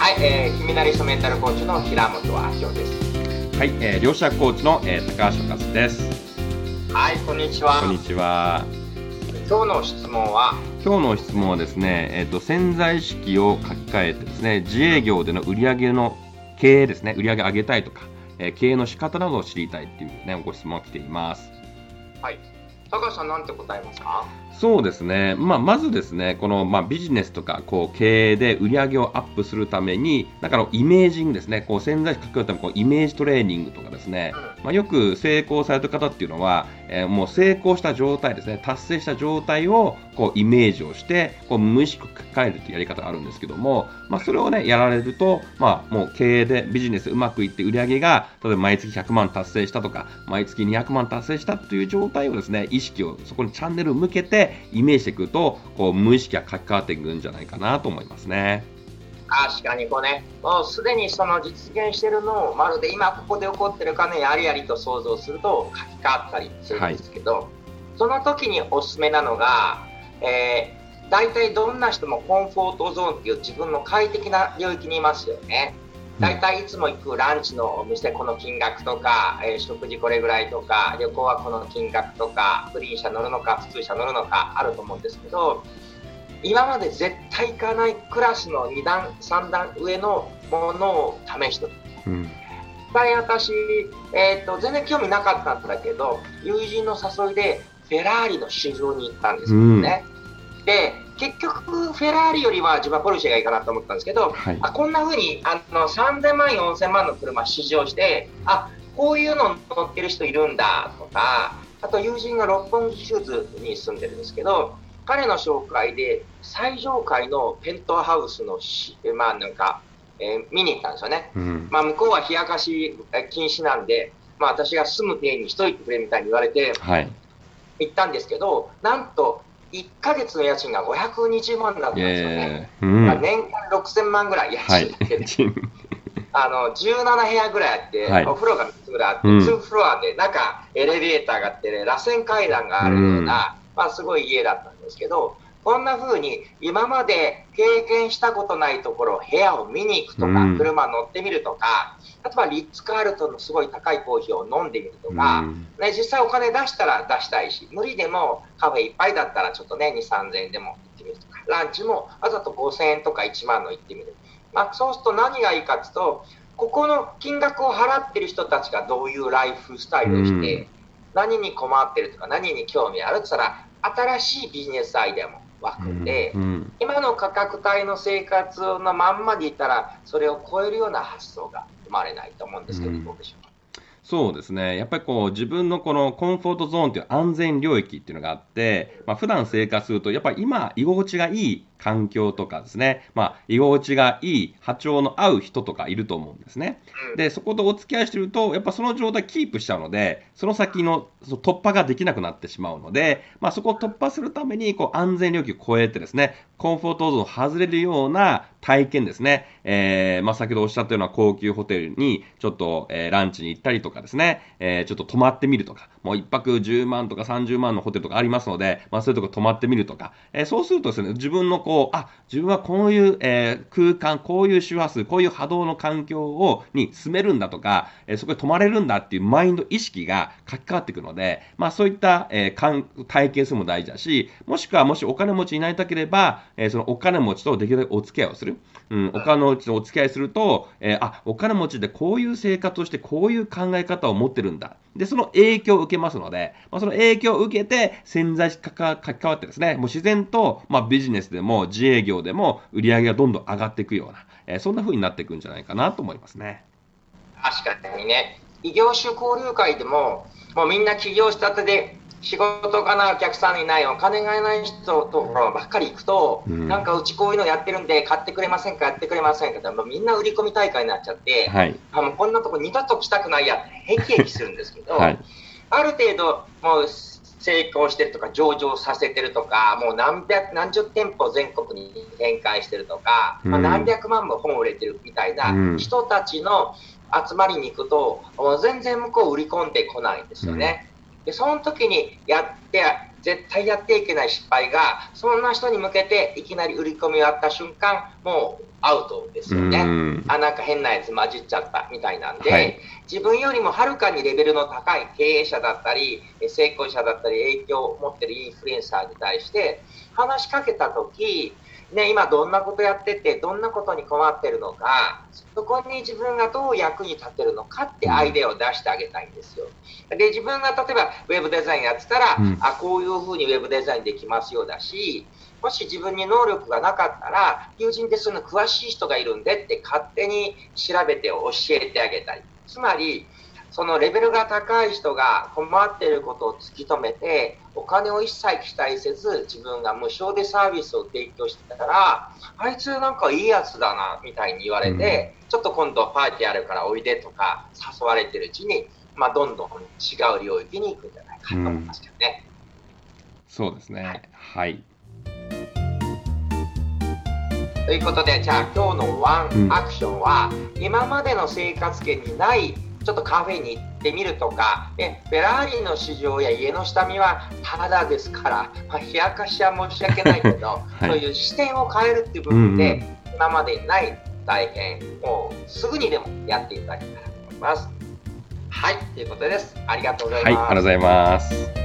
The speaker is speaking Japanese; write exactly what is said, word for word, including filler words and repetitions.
はい、えー、キミナリストメンタルコーチの平本明夫です。 はい、えー、両者コーチの、えー、高橋和です。 はい、こんにちは。 こんにちは。 今日の質問は今日の質問はですね、えーと、潜在意識を書き換えてですね、自営業での売上の経営ですね、売上上げたいとか、えー、経営の仕方などを知りたいっていうね、ご質問が来ています。 はい、高橋さんなんて答えますか？ そうですね、まあ、まずですね、この、まあ、ビジネスとかこう経営で売り上げをアップするために、なんかのイメージングですね、こう潜在意識を書くためにこうイメージトレーニングとかですね、 うん、 まあ、よく成功された方っていうのは、えーもう成功した状態ですね、達成した状態をこうイメージをして、こう無意識を書き換えるというやり方があるんですけども、まあ、それをね、やられると、まあ、もう経営でビジネスうまくいって売り上げが、例えば毎月ひゃくまん達成したとか、毎月にひゃくまん達成したという状態をですね、意識をそこにチャンネルを向けてイメージしていくと、こう無意識が書き換わっていくんじゃないかなと思いますね。 確かにこうね、もうすでにその実現しているのをまるで今ここで起こってるかね、やりやりと想像すると書き換わったりするんですけど、はい、その時におすすめなのが、えー、大体どんな人もコンフォートゾーンっていう自分の快適な領域にいますよね。大体いつも行くランチのお店この金額とか、えー、食事これぐらいとか、旅行はこの金額とか、グリーン車乗るのか普通車乗るのかあると思うんですけど、今まで絶対行かないクラスのに段さん段上のものを試してる、うん、私、えーと、全然興味なかったんだけど、友人の誘いでフェラーリの試乗に行ったんですよね、うん、で結局フェラーリよりは自分はポルシェがいいかなと思ったんですけど、はい、あこんな風にあのさんぜんまんよんせんまんの車試乗して、あこういうの乗ってる人いるんだとか、あと友人が六本木ヒルズに住んでるんですけど、彼の紹介で最上階のペントハウスのし、まあなんか、えー、見に行ったんですよね、うん、まあ、向こうは冷やかし禁止なんで、まあ、私が住む邸にしといてくれみたいに言われて、はい、行ったんですけど、なんといっかげつの家賃がごひゃくにじゅうまんだったんですよね、うん、まあ、年間ろくせんまんぐらい家賃だけで、はいあのじゅうななへやぐらいあって、はい、お風呂がみっつぐらいあって、うん、にフロアで中エレベーターがあって、ね、螺旋階段があるような、うんまあ、すごい家だったんですけど、こんな風に今まで経験したことないところ、部屋を見に行くとか、うん、車乗ってみるとか、あとはリッツ・カールトンのすごい高いコーヒーを飲んでみるとか、うんね、実際お金出したら出したいし、無理でもカフェいっぱいだったらちょっとねにせんさんぜんえんでも行ってみるとか、ランチもわざとごせんえんとかいちまんの行ってみる、まあ、そうすると何がいいかというと、ここの金額を払ってる人たちがどういうライフスタイルをして、うん、何に困ってるとか何に興味あるって言ったら新しいビジネスアイデアも湧くんで、うんうん、今の価格帯の生活のまんまでいったらそれを超えるような発想が生まれないと思うんですけど、うん、どうでしょうか。 そうですね。やっぱりこう自分のこのコンフォートゾーンという安全領域っていうのがあって、まあ、普段生活するとやっぱり今居心地がいい環境とかですね、まあ、居心地がいい波長の合う人とかいると思うんですね。で、そことお付き合いしてると、やっぱその状態キープしちゃうので、その先の突破ができなくなってしまうので、まあ、そこを突破するためにこう安全領域を超えてですね、コンフォートゾーンを外れるような体験ですね、えー、まあ、先ほどおっしゃったような高級ホテルにちょっと、えー、ランチに行ったりとかですね、えー、ちょっと泊まってみるとか、もう一泊じゅうまんとかさんじゅうまんのホテルとかありますので、まあ、そういうとこ泊まってみるとか、えー、そうするとですね、自分のこう、あ、自分はこういう、えー、空間、こういう周波数、こういう波動の環境をに住めるんだとか、えー、そこに泊まれるんだっていうマインド意識が書き換わっていくので、まあそういった、えー、体験するのも大事だし、もしくはもしお金持ちになりたければ、えー、そのお金持ちとできるだけお付き合いをする。うん、お金持ちとお付き合いすると、えー、あ、お金持ちでこういう生活をしてこういう考え方を持ってるんだ。で、その影響を受けますので、まあ、その影響を受けて潜在意識が書き換わってですね、もう自然と、まあ、ビジネスでも自営業でも売り上げがどんどん上がっていくような、えー、そんな風になっていくんじゃないかなと思いますね。 確かにね、異業種交流会でも、もうみんな起業したてで仕事がないお客さんいないお金がない人ところばっかり行くと、うん、なんかうちこういうのやってるんで買ってくれませんかやってくれませんかって、もうみんな売り込み大会になっちゃって、はい、あもうこんなとこ二度と来たくないやってヘキヘキするんですけど、はい、ある程度もう成功してるとか上場させてるとか、もう何百何十店舗全国に展開してるとか、うんまあ、何百万も本売れてるみたいな人たちの集まりに行くと、もう全然向こう売り込んでこないんですよね。うんでその時にやって絶対やっていけない失敗が、そんな人に向けていきなり売り込みをあった瞬間、もうアウトですよね。あ、なんか変なやつ混じっちゃったみたいなんで、はい、自分よりもはるかにレベルの高い経営者だったり、成功者だったり、影響を持っているインフルエンサーに対して話しかけたとき、ね、今どんなことやってて、どんなことに困ってるのか、そこに自分がどう役に立てるのかってアイデアを出してあげたいんですよ。で、自分が例えばウェブデザインやってたら、うん、あ、こういうふうにウェブデザインできますよだし、もし自分に能力がなかったら、友人でその詳しい人がいるんでって勝手に調べて教えてあげたり。つまり、そのレベルが高い人が困っていることを突き止めて、お金を一切期待せず、自分が無償でサービスを提供してたら、あいつなんかいいやつだな、みたいに言われて、うん、ちょっと今度パーティーあるからおいでとか誘われてるうちに、まあ、どんどん違う領域に行くんじゃないかと思いますけどね。 うん、そうですね。はい。 ということで、じゃあ今日のワンアクションは、うん、今までの生活圏にないちょっとカフェに行ってみるとか、ね、フェラーリの市場や家の下見はタダですから、まあ、冷やかしは申し訳ないけど、はい、そういう視点を変えるっていう部分で、うんうん、今までにない体験をすぐにでもやっていただけたらと思います。はい、ということです。ありがとうございます。 はい、ありがとうございます。